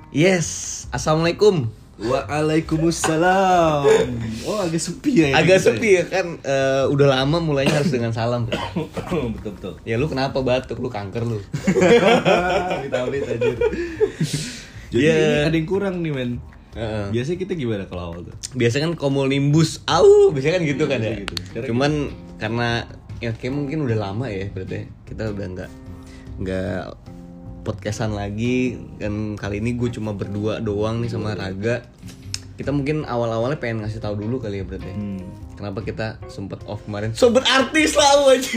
Yes, assalamualaikum. Waalaikumsalam. Oh, agak sepi ya. Agak sepi ya kan, udah lama mulainya harus dengan salam. Betul. Ya lu kenapa batuk? Lu kanker lu. Amit aja. Jadi ini ada yang kurang nih, men. Biasanya kita gimana kalau awal tuh? Biasanya kan cumulonimbus, biasanya kan gitu kan ya. Gitu. Cuman karena ya kayak mungkin udah lama ya, berarti kita udah nggak podcastan lagi. Dan kali ini gue cuma berdua doang nih sama Raga. Kita mungkin awal-awalnya pengen ngasih tahu dulu kali ya berarti. Kenapa kita sempet off kemarin? Sobat artis lah aja.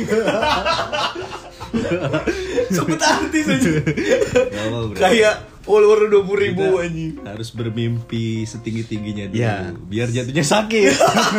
Sobat artis aja. Kayak follower 20.000 aja. Harus bermimpi setinggi-tingginya dulu Ya. biar jatuhnya sakit.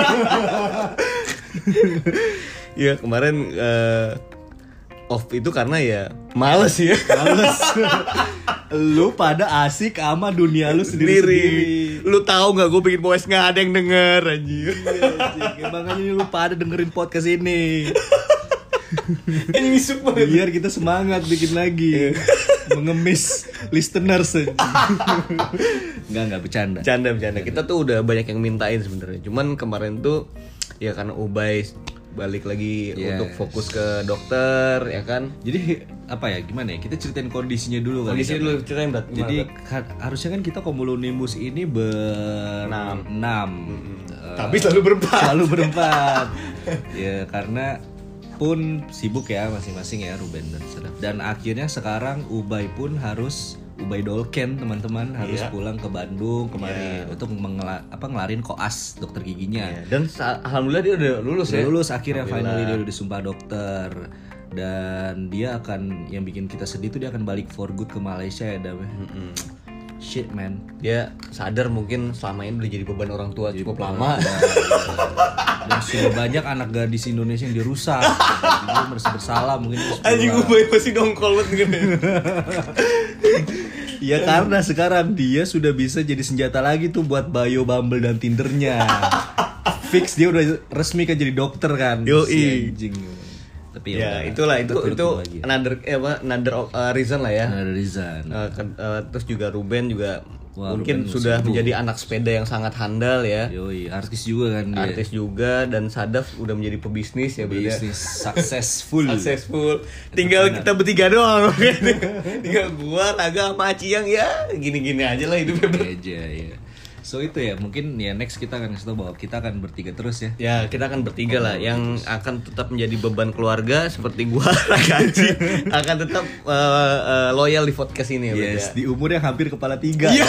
Ya kemarin off itu karena ya males ya. Males. Lu pada asik sama dunia lu sendiri. Lu tahu nggak gue bikin voice nggak ada yang denger anjir. Iya, makanya lu pada dengerin podcast ini. Ini misuk banget. Biar kita semangat bikin lagi. Mengemis listeners. Enggak bercanda. Bercanda. Kita tuh udah banyak yang mintain sebenarnya. Cuman kemarin tuh ya karena Ubay balik lagi untuk fokus ke dokter ya kan. Jadi apa ya, gimana ya, kita ceritain kondisinya dulu kali. Kondisi dulu ceritain Brat. Jadi harusnya kan kita cumulonimbus ini berenam. Tapi selalu berempat. Ya karena pun sibuk ya masing-masing ya, Ruben dan Sadaf. Dan akhirnya sekarang Ubay pun harus Dolken teman-teman harus pulang ke Bandung kemarin untuk ngelarin koas dokter giginya. Dan alhamdulillah dia udah lulus ya. Lulus akhirnya, finally dia udah disumpah dokter. Dan dia akan, yang bikin kita sedih tuh dia akan balik for good ke Malaysia ya Dam. Shit man. Dia sadar mungkin selama ini udah jadi beban orang tua cukup lama. Dan sudah banyak anak gadis Indonesia yang dirusak. Dia merasa bersalah mungkin. Anjing Ubay masih dongkol banget gitu. Ya karena sekarang dia sudah bisa jadi senjata lagi tuh buat bio, Bumble dan Tindernya. Fix dia udah resmi kan jadi dokter kan. Yoi. Anjing. Tapi ya itulah itu another reason lah ya. Another reason. Terus juga Ruben juga mungkin Ruben sudah sibuk. menjadi anak sepeda yang sangat handal ya. Yoi, artis juga kan dia. Artis juga, dan Sadaf udah menjadi pebisnis ya. Bisnis successful. Tinggal kita bertiga doang. Tinggal gua, Raga sama Aci yang ya gini-gini aja lah hidupnya. Aja ya. So itu ya, mungkin ya next kita akan kasih tau bahwa kita akan bertiga terus ya. Ya kita akan bertiga lah yang akan tetap menjadi beban keluarga seperti gua, Raga, Aci akan tetap loyal di podcast ini ya. Yes, ya. di umur yang hampir kepala 3. Iya.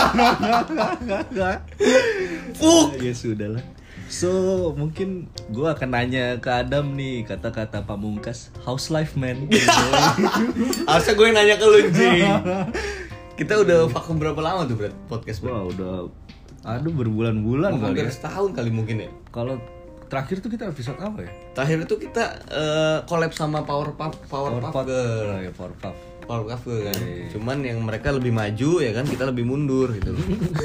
Ya sudahlah. So mungkin gue akan nanya ke Adam nih kata-kata pamungkas. How's life man? Harusnya gue nanya ke lu, Jing. Kita udah vakum berapa lama tuh podcast? Wah udah, aduh berbulan-bulan kali hampir ya. setahun kali mungkin ya. Kalau terakhir tuh kita episode apa ya? Terakhir itu kita collab sama Powerpuff Girl. Ya, Powerpuff. Powerpuff Girl kan. Cuman yang mereka lebih maju ya kan, kita lebih mundur gitu.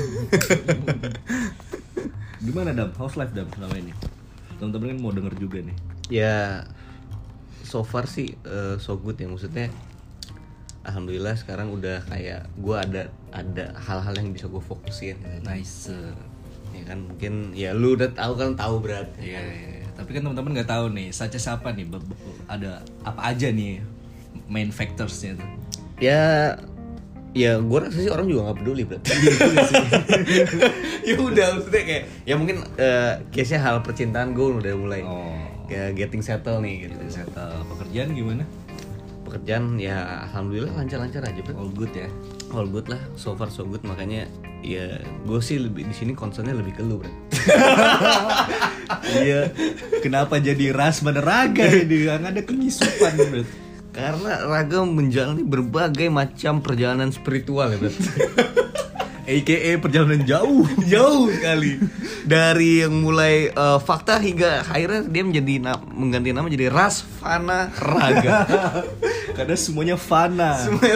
Gimana Dam? How's life Dam selama ini? Teman-teman kan mau denger juga nih. Ya so far sih so good ya, maksudnya alhamdulillah sekarang udah kayak gue ada hal-hal yang bisa gue fokusin. Nice. Ya kan mungkin ya lu udah tahu berat. Iya. Tapi kan teman-teman nggak tahu nih Sacha siapa nih, ada apa aja nih main factorsnya tuh. Ya gue rasa sih orang juga nggak peduli berarti. Ya udah, maksudnya kayak ya mungkin case-nya hal percintaan gue udah mulai kayak getting settle nih gitu. Settle. Pekerjaan gimana? Pekerjaan ya alhamdulillah lancar-lancar aja bro. All good ya. All good lah, so far so good. Makanya ya gue sih lebih di sini concernnya lebih ke lu bro. Iya. Kenapa jadi ras mana Raga ini? Nggak ada kemisupan bro. Karena Raga menjalani berbagai macam perjalanan spiritual ya bro. AKA perjalanan jauh sekali. Dari yang mulai fakta hingga akhirnya dia mengganti nama jadi Ras Fana Raga. Karena semuanya fana.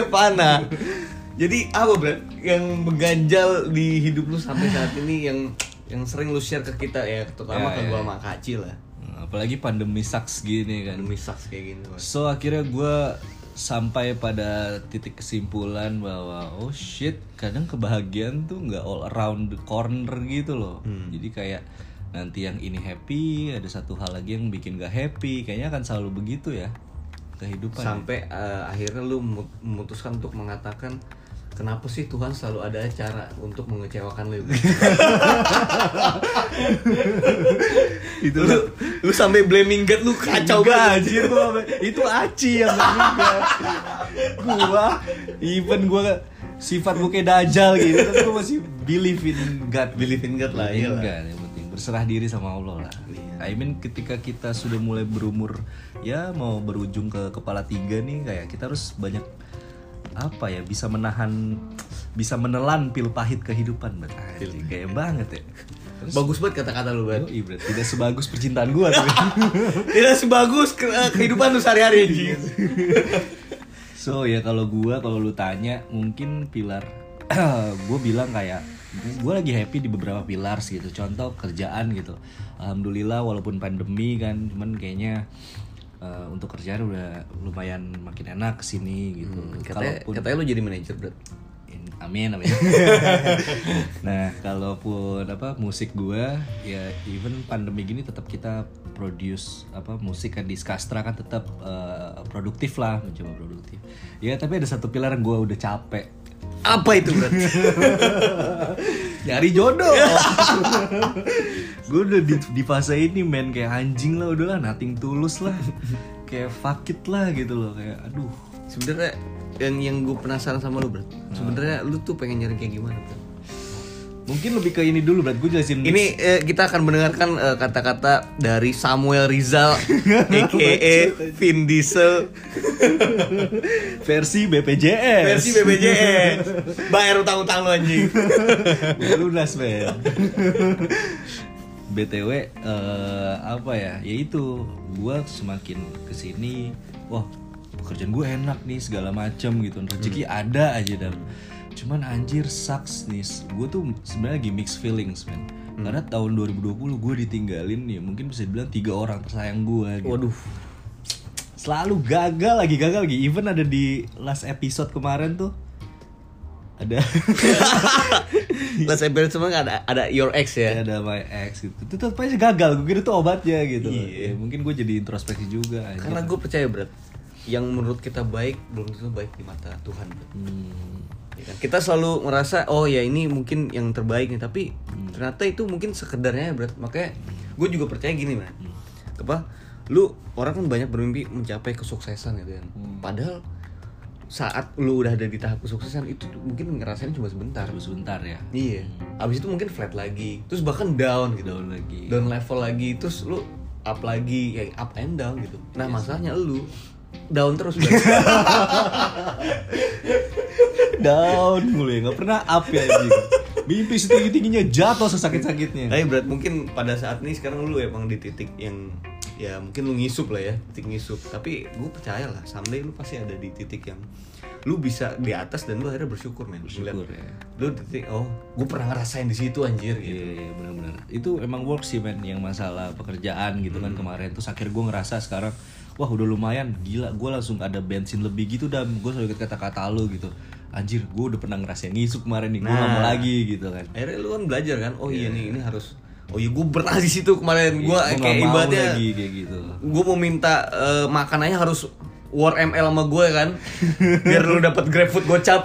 Jadi apa bro yang mengganjal di hidup lu sampai saat ini yang sering lu share ke kita ya, terutama ke gua sama Kak Acil lah. Apalagi pandemi sucks gini kan. Pandemi sucks kayak gini. So akhirnya gue sampai pada titik kesimpulan bahwa oh shit, kadang kebahagiaan tuh nggak all around the corner gitu loh. Jadi kayak nanti yang ini happy, ada satu hal lagi yang bikin gak happy. Kayaknya akan selalu begitu ya kehidupan. Sampai akhirnya lu memutuskan untuk mengatakan, kenapa sih Tuhan selalu ada cara untuk mengecewakan lu? Itu lu sampai blaming God, lu kacau banget. Anjir, itu Aci yang blaming God. Gua sifat gue kayak dajal gitu, tapi gue masih believe in God lah. Iya, yang penting berserah diri sama Allah lah. I mean ketika kita sudah mulai berumur ya mau berujung ke kepala 3 nih, kayak kita harus banyak apa ya, bisa menelan pil pahit kehidupan, kayak banget ya. Terus, bagus banget kata-kata lu, Bang. Tidak sebagus percintaan gua tapi. Tidak sebagus kehidupan lu sehari-hari anjing. So ya kalau lu tanya mungkin pilar gue bilang kayak gue lagi happy di beberapa pilar gitu. Contoh kerjaan gitu. Alhamdulillah walaupun pandemi kan, cuman kayaknya untuk kerjaan udah lumayan makin enak kesini gitu. Katanya lu jadi manajer, bro. Amin. Nah, kalaupun musik gua ya even pandemi gini tetap kita produce musik kan di Skastra kan tetap produktif lah, mencoba produktif. Ya, tapi ada satu pilar yang gua udah capek. Apa itu, bro? Nyari jodoh. Gue udah di fase ini men, kayak anjing lah, udahlah nothing tulus lah. Kayak fuck it lah gitu loh, kayak aduh. Sebenarnya yang gue penasaran sama lu, bro. Sebenarnya lu tuh pengen nyari kayak gimana, bro? Mungkin lebih ke ini dulu, Bro. Gue jelasin. Ini kita akan mendengarkan kata-kata dari Samuel Rizal aka Vin Diesel versi BPJS. Bayar utang-utang lu anjing. Lunas, men. BTW ya itu gue semakin kesini, wah pekerjaan gue enak nih segala macam gitu, rezeki ada aja dan cuman anjir sucks nih, gue tuh sebenarnya lagi mixed feelings man. Karena tahun 2020 gue ditinggalin nih, mungkin bisa dibilang 3 orang tersayang gue gitu. Waduh, selalu gagal lagi. Even ada di last episode kemarin tuh ada last episode semua ada your ex ya, ada my ex gitu. Itu tetap aja gagal, gue kira tuh obatnya gitu. Ya, mungkin gue jadi introspeksi juga aja. Karena gue percaya, Bro, yang menurut kita baik belum tentu baik di mata Tuhan, Bro. Ya kan? Kita selalu merasa oh ya ini mungkin yang terbaik nih, tapi ternyata itu mungkin sekedarnya, Bro. Makanya gue juga percaya gini, man. Lu orang kan banyak bermimpi mencapai kesuksesan gitu kan. Padahal saat lu udah ada di tahap kesuksesan itu mungkin ngerasain cuma sebentar ya. Iya. Abis itu mungkin flat lagi, terus bahkan down gitu. Down level lagi, terus lu up lagi, ya up and down gitu. Nah, masalahnya lu down terus down mulu ya, nggak pernah up ya anjing. Mimpi setinggi-tingginya jatuh sesakit-sakitnya. Tapi berat mungkin pada saat ini sekarang lu emang di titik yang ya mungkin lu ngisup lah ya, titik ngisup. Tapi gue percaya lah someday lu pasti ada di titik yang lu bisa di atas dan lu akhirnya bersyukur, men. Bersyukur ya. Lu di titik gue pernah ngerasain di situ anjir gitu. Iya, benar-benar. Itu emang work sih, men, yang masalah pekerjaan gitu kan kemarin tuh akhir gue ngerasa sekarang wah udah lumayan, gila, gue langsung ada bensin lebih gitu dan gue selalu ingat kata-kata lu gitu, anjir gue udah pernah ngerasain ngisup kemarin nih, gue gak mau lagi gitu kan. Akhirnya lu kan belajar kan, oh iya nih ini harus, oh iya gue pernah di situ kemarin, gue kayak ibaratnya kayak gitu. Gue mau minta makanannya harus War ML sama gue kan, biar lu dapat GrabFood gocap.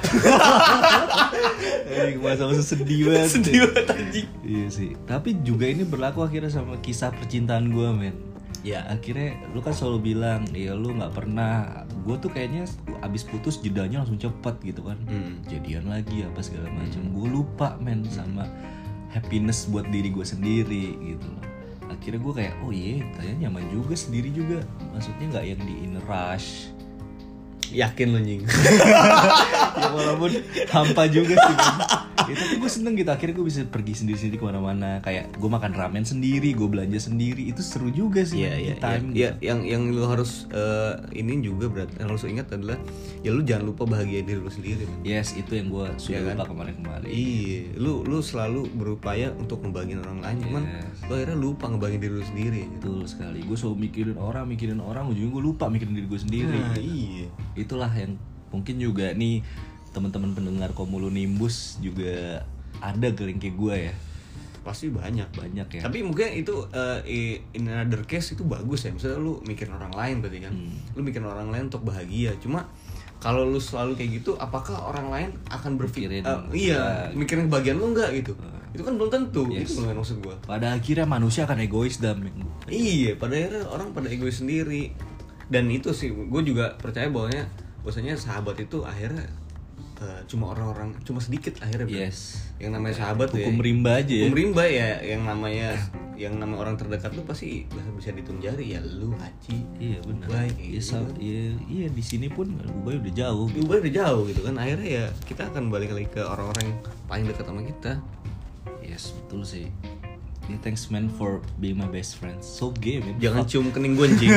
Masa-masa sedih banget. Sedih banget anjing. Iya sih. Tapi juga ini berlaku akhirnya sama kisah percintaan gue, men. Ya akhirnya lu kan selalu bilang, ya lu nggak pernah. Gue tuh kayaknya abis putus jedanya langsung cepet gitu kan. Jadian lagi apa segala macam. Gue lupa, men, sama happiness buat diri gue sendiri gitu loh. Akhirnya gue kayak, oh iya, ternyata nyaman juga sendiri juga. Maksudnya nggak yang di in rush. Yakin lu nying. Ya walaupun hampa juga sih, ya, tapi gue seneng gitu. Akhirnya gue bisa pergi sendiri-sendiri kemana-mana. Kayak gue makan ramen sendiri, gue belanja sendiri. Itu seru juga sih. Iya. Yang lu harus ini juga berarti yang harus ingat adalah ya lu jangan lupa bahagia diri lu sendiri, man. Yes, itu yang gue sudah lupa kan? kemarin-kemarin. Iya, lu selalu berupaya untuk ngebahagiain orang lain, cuman lu akhirnya lupa ngebahagiain diri lu sendiri. Betul sekali. Gue selalu mikirin orang, ujungnya gue lupa mikirin diri gue sendiri. Iya. itulah yang mungkin juga nih teman-teman pendengar Cumulonimbus juga ada kayak gue ya. Pasti banyak ya. Tapi mungkin itu in another case itu bagus ya. Misalnya lu mikirin orang lain berarti kan. Lu mikirin orang lain untuk bahagia. Cuma kalau lu selalu kayak gitu, apakah orang lain akan berpikirin mikirin kebahagiaan lu enggak gitu? Itu kan belum tentu. Itu yang maksud gua. Pada akhirnya manusia akan egois Iya, pada akhirnya orang pada egois sendiri. Dan itu sih gue juga percaya bahwasanya sahabat itu akhirnya cuma sedikit akhirnya. Yang namanya sahabat hukum rimba aja ya. Hukum rimba ya, yang namanya orang terdekat lu pasti bisa dihitung jari ya, lu Aci. Iya benar. Ubay, iya di sini pun Ubay udah jauh. Ubay udah jauh gitu kan. Akhirnya ya kita akan balik lagi ke orang-orang yang paling dekat sama kita. Yes, betul sih. Yeah, thanks man for being my best friend. So gay man. Jangan cium kening gue anjing.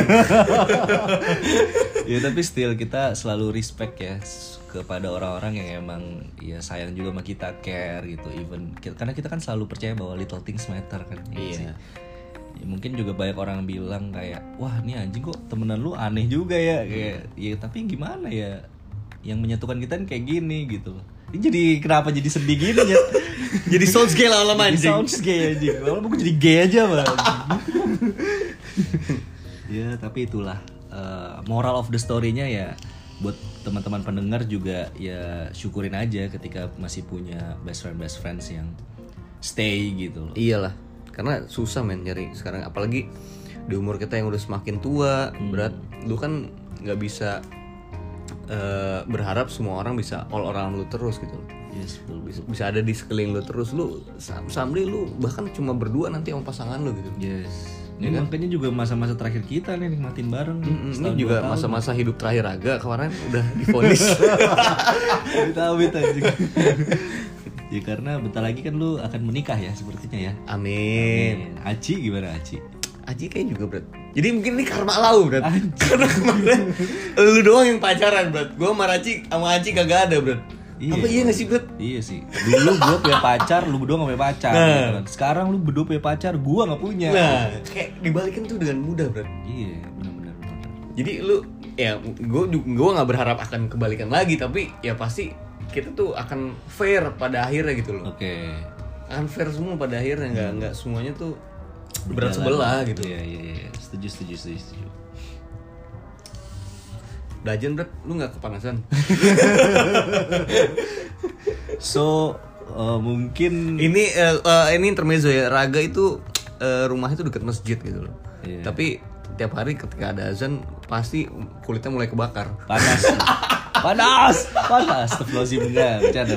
Ya tapi still kita selalu respect ya kepada orang-orang yang emang ya sayang juga sama kita, care gitu, even karena kita kan selalu percaya bahwa little things matter kan. Iya. Ya, mungkin juga banyak orang bilang kayak, wah ini anjing kok temenan lu aneh juga ya, kayak ya tapi gimana ya, yang menyatukan kita kan kayak gini gitu loh. Ini jadi kenapa jadi sedih gini ya? Jadi sounds gay lama-lama anjing. Sounds gay anjing. Lama-lama gue jadi gay aja mah. Ya tapi itulah moral of the story-nya ya, buat teman-teman pendengar juga ya syukurin aja ketika masih punya best friends yang stay gitu loh. Iyalah, karena susah men nyari sekarang, apalagi di umur kita yang udah semakin tua, berat. Lu kan nggak bisa berharap semua orang bisa all around lu terus gitu loh. Yes, betul. Bisa ada di sekeliling lu terus. Lu someday lu bahkan cuma berdua nanti sama pasangan lu gitu. Yes. Ini ya kan? Makanya juga masa-masa terakhir kita nih nikmatin bareng. Ini juga masa-masa hidup terakhir Raga kemarin udah divonis. Ditawit aja. Ya karena bentar lagi kan lu akan menikah ya sepertinya ya. Amin. Aci gimana Aci? Aci kayak juga berat. Jadi mungkin ini karma lau berat. Karena kemarin lu doang yang pacaran berat. Gue sama Aci kagak ada berat. Iya. Apa iya gak sih berat? Iya sih. Dulu gue punya pacar, lu berdua gak punya pacar. Nah. Sekarang lu berdua punya pacar, gue gak punya. Nah, kayak dibalikin tuh dengan mudah berat. Iya, benar. Jadi lu ya gue gak berharap akan kebalikan lagi, tapi ya pasti kita tuh akan fair pada akhirnya gitu loh. Oke. Akan fair semua pada akhirnya, nggak semuanya tuh berat sebelah gitu. Iya. Setuju. Dajen berat, lu nggak kepanasan? So mungkin ini intermezzo ya. Raga itu rumahnya tuh dekat masjid gitu loh. Iya. Tapi tiap hari ketika ada azan pasti kulitnya mulai kebakar. Panas. Astagfirullahaladzim, enggak, bercanda.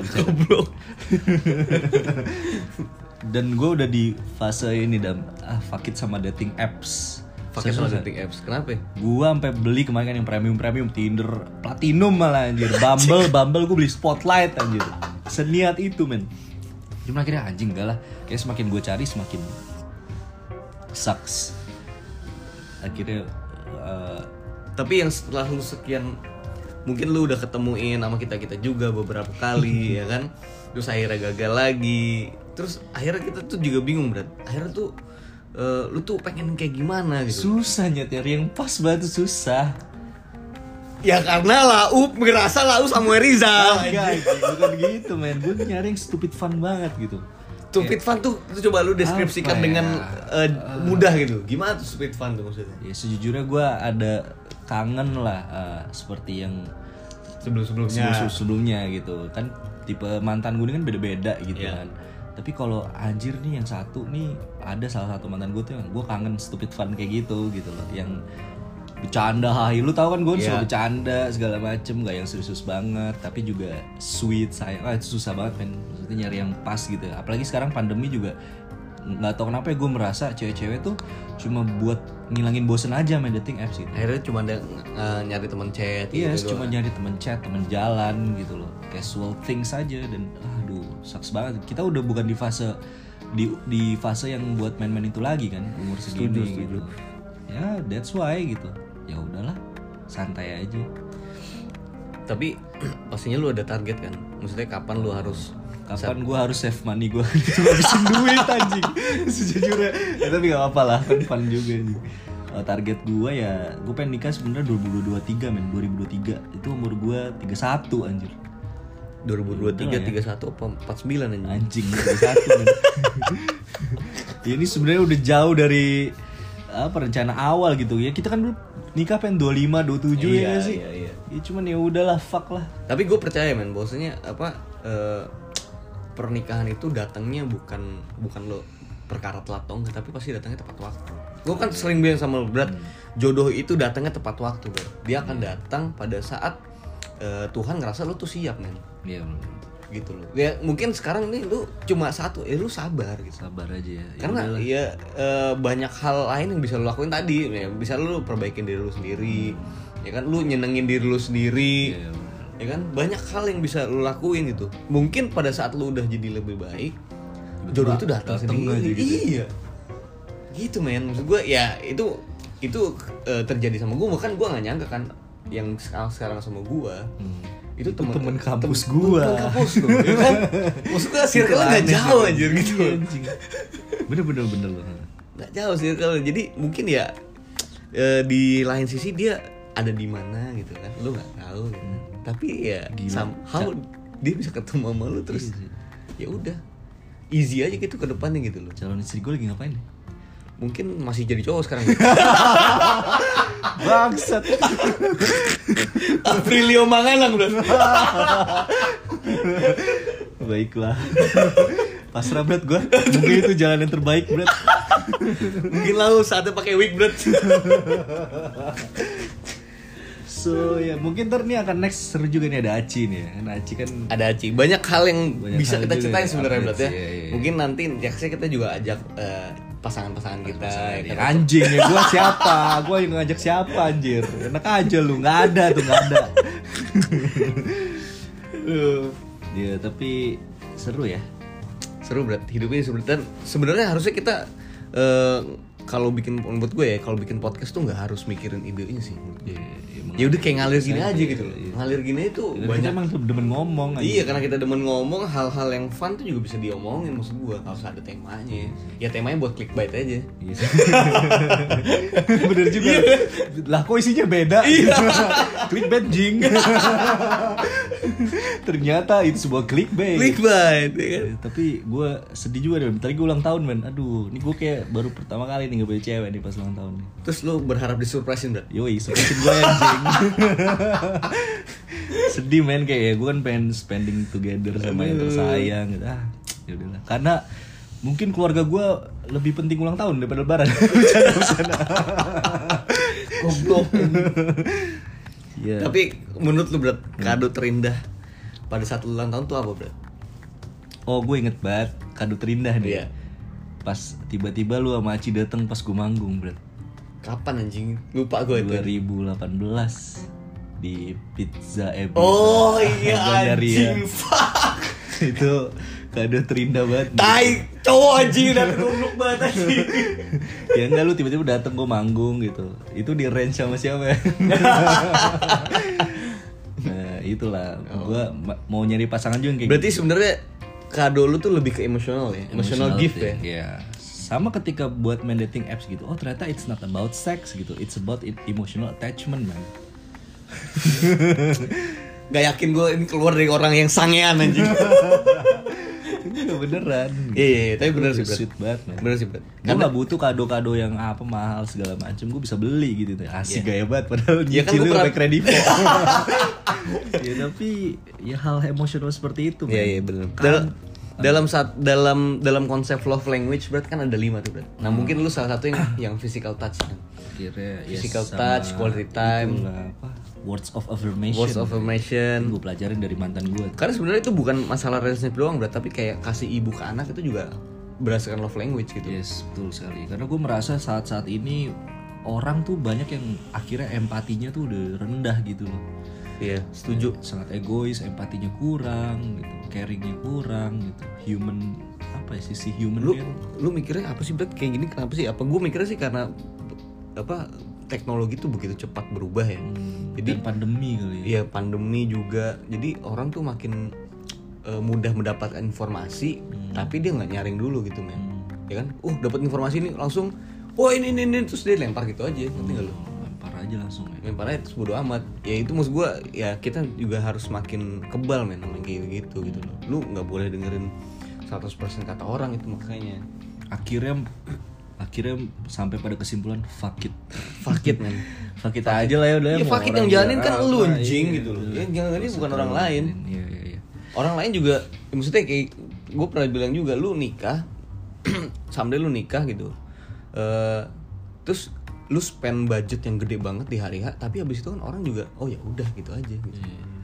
Dan gue udah di fase ini fuck it sama dating apps. Dating apps. Kenapa? Gua sampai beli kemarin kan yang premium Tinder Platinum malah anjir. Bumble gue beli Spotlight anjir. Seniat itu men. Cuma akhirnya anjing enggak lah. Kayak semakin gue cari semakin sucks. Akhirnya tapi yang setelah lu sekian, mungkin lu udah ketemuin sama kita juga beberapa kali ya kan. Terus akhirnya gagal lagi. Terus akhirnya kita tuh juga bingung berat. Akhirnya tuh lu tuh pengen kayak gimana gitu. Susah nyari yang pas banget tuh susah. Ya karena Lau ngerasa Lau Samuel Rizal. Enggak, bukan gitu men. Gue nyari yang stupid fun banget gitu. Stupid fun tuh coba lu deskripsikan dengan mudah gitu. Gimana tuh stupid fun tuh maksudnya? Ya sejujurnya gue ada kangen lah seperti yang sebelumnya gitu. Kan tipe mantan gue ini kan beda-beda gitu kan. Tapi kalau anjir nih yang satu nih, ada salah satu mantan gue tuh yang gue kangen stupid fun kayak gitu loh, yang bercanda, hai lu tahu kan gue suka bercanda segala macem, gak yang serius banget tapi juga sweet sayang. Itu susah banget men, maksudnya nyari yang pas gitu. Apalagi sekarang pandemi juga nggak tahu kenapa ya gue merasa cewek-cewek tuh cuma buat ngilangin bosen aja main dating apps gitu. Akhirnya cuma ada nyari temen chat. Iya, cuma nyari temen chat, temen jalan gitu loh, casual things aja. Dan aduh sucks banget. Kita udah bukan di fase di fase yang buat main-main itu lagi kan umur segini gitu. Ya that's why gitu. Ya udahlah, santai aja. Tapi pastinya lu ada target kan? Maksudnya kapan lu harus gue harus save money gue itu ngabisin duit anjing sejujurnya ya, tapi gak apa-apa lah kan fun juga anjing. Target gue ya, gue pengen nikah sebenarnya 2023 men, 2023 itu umur gue 31 anjir. 2023 31 apa 49 anjing. Anjing 31 men. Ya, ini sebenarnya udah jauh dari apa rencana awal gitu ya. Kita kan dulu nikah pengen 25 27 ya gak sih? Iya. Ya cuman ya udahlah fuck lah. Tapi gue percaya men, bahwasanya pernikahan itu datangnya bukan lo perkara telat atau enggak, tapi pasti datangnya tepat waktu. Gue kan sering bilang sama lo, berat jodoh itu datangnya tepat waktu, bro. Dia akan datang pada saat Tuhan ngerasa lo tuh siap men. Iya gitu loh. Ya mungkin sekarang ini lu cuma satu, lu sabar gitu. Sabar aja ya. Karena ya banyak hal lain yang bisa lu lakuin tadi, ya bisa lu perbaikin diri lu sendiri. Ya kan lu nyenengin diri lu sendiri. Iya. Ya kan banyak hal yang bisa lu lakuin gitu. Mungkin pada saat lu udah jadi lebih baik, jodoh itu datang sendiri. Gitu. Iya. Gitu men. Maksud gue ya itu terjadi sama gue, bahkan gue gak nyangka kan yang sekarang sama gue. Itu temen kampus gua. Temen kampus tuh, ya kan? Maksud gua circle-nya gak jauh anjir gitu. Bener. Gak jauh circle. Jadi mungkin ya di lain sisi dia ada di mana gitu kan. Lu gak tahu gitu. Tapi ya somehow dia bisa ketemu sama lu terus. Ya udah. Easy aja gitu ke depannya gitu loh. Calon istri gue lagi ngapain? Mungkin masih jadi cowok sekarang. Bangsat. Aprilio Mangalang bro. Baiklah. Pasrah berat gue. Mungkin itu jalan yang terbaik berat. Mungkin lalu saatnya pakai wig berat. So ya mungkin ntar nih akan next seru juga nih, ada Aci nih ya. Kan Aci kan ada Aci. Banyak hal yang bisa hal kita juga ceritain ya, sebenarnya berat ya. iya. Mungkin nanti next-nya kita juga ajak pasangan-pasangan kita. Ya, anjing ya, gue siapa? Gue yang ngajak siapa anjir? Enak aja lu, nggak ada. Ya tapi seru ya. Seru berat, hidup ini seru. Dan sebenarnya harusnya kita kalau menurut gue ya, kalau bikin podcast tuh nggak harus mikirin idenya sih. Ya udah kayak ngalir gini aja gitu loh. Ngalir gini itu Ya, banyak. kita emang demen ngomong aja. Iya, karena kita demen ngomong, hal-hal yang fun tuh juga bisa diomongin, maksud gue. Kalau ada temanya, ya temanya buat clickbait aja. Iya. Bener juga. Lah kok isinya beda? Clickbait jing. Ternyata itu sebuah clickbait. Clickbait, ya kan? Tapi gue sedih juga deh. Bentar lagi gue ulang tahun men. Aduh, ini gue kayak baru pertama kali nih ngebawa cewek nih pas ulang tahun nih. Terus lu berharap disurprisein, Bro? Yoi, surprisein gue anjing. Sedih men, kayak gue kan pengen spending together sama yang tersayang gitu. Ya udahlah. Karena mungkin keluarga gue lebih penting ulang tahun daripada lebaran. Goblok. Yeah. Tapi menurut lu, Bro, kado terindah pada saat ulang tahun tuh apa, Bro? Oh, gue inget banget kado terindah nih. Iya. Pas tiba-tiba lu sama Aci dateng pas gue manggung, Bro. Kapan anjing? Lupa gue itu. 2018 di Pizza Ebi. Oh iya Gandaria. anjing, fuck. Itu kado terindah banget. Tai cowok anjing dan goblok banget anjing. Ya enggak, lu tiba-tiba dateng gue manggung gitu. Itu di range sama siapa ya? Nah itulah, gue mau nyari pasangan juga kayak Berarti sebenarnya kado lu tuh lebih ke emosional ya? Emotional gift ya? Iya. Sama ketika buat main dating apps gitu. Oh ternyata it's not about sex gitu. It's about emotional attachment man. Gak yakin gue ini keluar dari orang yang sangean anjing. Ini gak beneran. Iya, tapi bener sih, Bro. Sweet banget man. Bener sih, Bro. Gue gak butuh kado-kado yang apa mahal segala macem. Gue bisa beli gitu. Asik gaya banget. Padahal Ya kan nyicil lu sampai kredivo. Ya tapi ya hal emosional seperti itu. Iya bener. Dalam konsep love language berarti kan ada 5 tuh, Bro. Nah mungkin lu salah satu yang physical touch kan. Akhirnya Physical touch, quality time, words of affirmation. words of affirmation. Gue pelajarin dari mantan gue. Karena sebenarnya itu bukan masalah relationship doang, Bro, tapi kayak kasih ibu ke anak itu juga berdasarkan love language gitu. Yes, betul sekali. Karena gue merasa saat-saat ini orang tuh banyak yang akhirnya empatinya tuh udah rendah gitu loh. Iya, setuju. Sangat egois, empatinya kurang gitu, caringnya kurang gitu. Human apa ya, sisi human Lu mikirnya apa sih, Bro? Kayak gini kenapa sih? Apa gue mikirnya sih karena apa teknologi tuh begitu cepat berubah ya. Jadi dan pandemi kali ya. Iya, pandemi juga. Jadi orang tuh makin mudah mendapatkan informasi, tapi dia nggak nyaring dulu gitu, men. Ya kan? Dapat informasi ini langsung wah ini terus dia lempar gitu aja, ngerti nggak lu? Lempar aja langsung ya. Lempar aja terus bodo amat. Ya itu maksud gue, ya kita juga harus makin kebal men sama kayak gitu loh. Lu nggak boleh dengerin 100% kata orang itu makanya. Akhirnya sampai pada kesimpulan fuck it Men. fuck it aja lah ya udah. Ya fuck it, yang jalanin kan lu anjing gitu loh. Ya jangan ini bukan orang lain. Iya. Orang lain juga maksudnya kayak gue pernah bilang juga, lu nikah someday lu nikah gitu. Terus lu spend budget yang gede banget di hari H, tapi habis itu kan orang juga oh ya udah gitu aja gitu.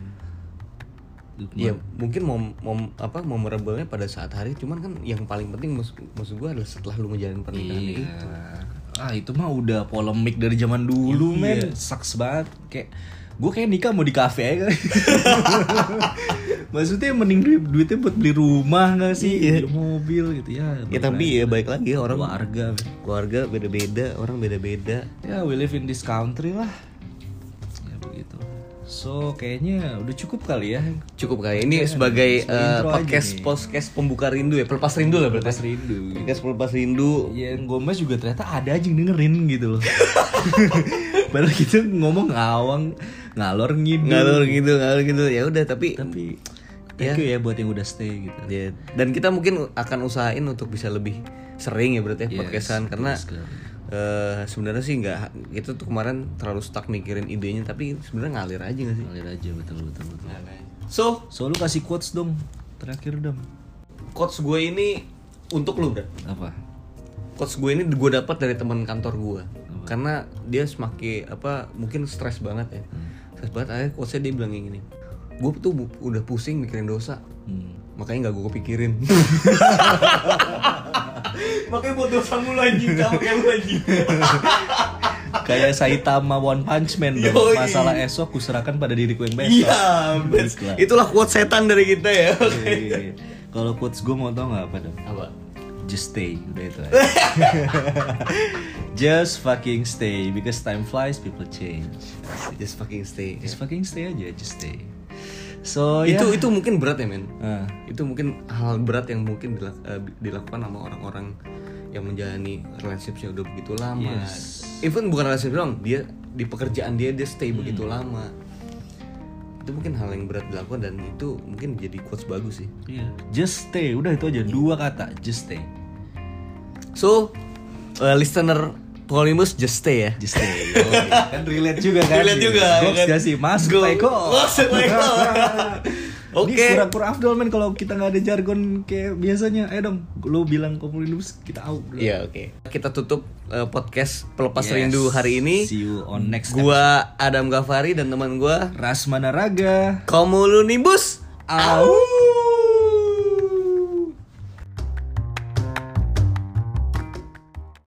Ya mungkin memorable-nya pada saat hari, cuman kan yang paling penting maksud gue adalah setelah lu ngejalanin pernikahan itu. Itu mah udah polemik dari zaman dulu men, sucks banget. Kayak nikah mau di kafe aja kan. Maksudnya mending duitnya buat beli rumah nggak sih, beli mobil gitu ya. Ya tapi ya baik lagi orang keluarga beda-beda, orang beda-beda. Ya we live in this country lah. Ya begitu. So kayaknya udah cukup kali ya. Cukup kali ini sebagai podcast pembuka rindu ya, pelepas rindu lah berarti. Pelepas rindu. Ya Gomez juga ternyata ada aja yang dengerin gitu loh. Padahal kita ngomong ngalor ngidul ya udah tapi thank you ya buat yang udah stay gitu. Ya, dan kita mungkin akan usahain untuk bisa lebih sering ya berarti podcastan karena sebenarnya sih nggak, itu tuh kemarin terlalu stuck mikirin idenya, tapi sebenarnya ngalir aja nggak sih? Ngalir aja betul. So lu kasih quotes dong terakhir dong. Quotes gue ini untuk lu Bro. Apa? Quotes gue ini gue dapat dari teman kantor gue. Karena dia semakin mungkin stres banget ya. Stres banget, akhirnya quotesnya dia bilang yang gini. Gue tuh udah pusing mikirin dosa. Makanya nggak gue kepikirin. Makanya buat dosa mulu anjing, sama kayak lu anjing. Kayak Saitama One Punch Man dong. Masalah esok kuserahkan pada diriku yang besok. Iya, itulah quote setan dari kita ya. Kalau quotes gue mau tau nggak apa dong? Apa? Just stay, udah itu aja. Just fucking stay, because time flies, people change. Just fucking stay. Just fucking stay aja, just stay. So itu mungkin berat ya men. Itu mungkin hal berat yang mungkin dilakukan sama orang-orang yang menjalani relationship udah begitu lama. Even bukan relationship doang, dia di pekerjaan dia stay begitu lama. Itu mungkin hal yang berat dilakukan dan itu mungkin jadi quotes bagus sih. Just stay, udah itu aja, 2 kata, just stay. So listener Polymous, just stay ya. Just stay. Kan relate juga kan. Relate juga. Goks gak sih? Mas Leko. Oke. Ini kurang afdol men kalau kita nggak ada jargon kayak biasanya. Ayo dong, lu bilang Polymous kita out. Iya oke. Kita tutup podcast Pelepas Rindu hari ini. See you on next. Gua Adam Ghaffari dan teman gua Rasmana Raga. Cumulonimbus. Au.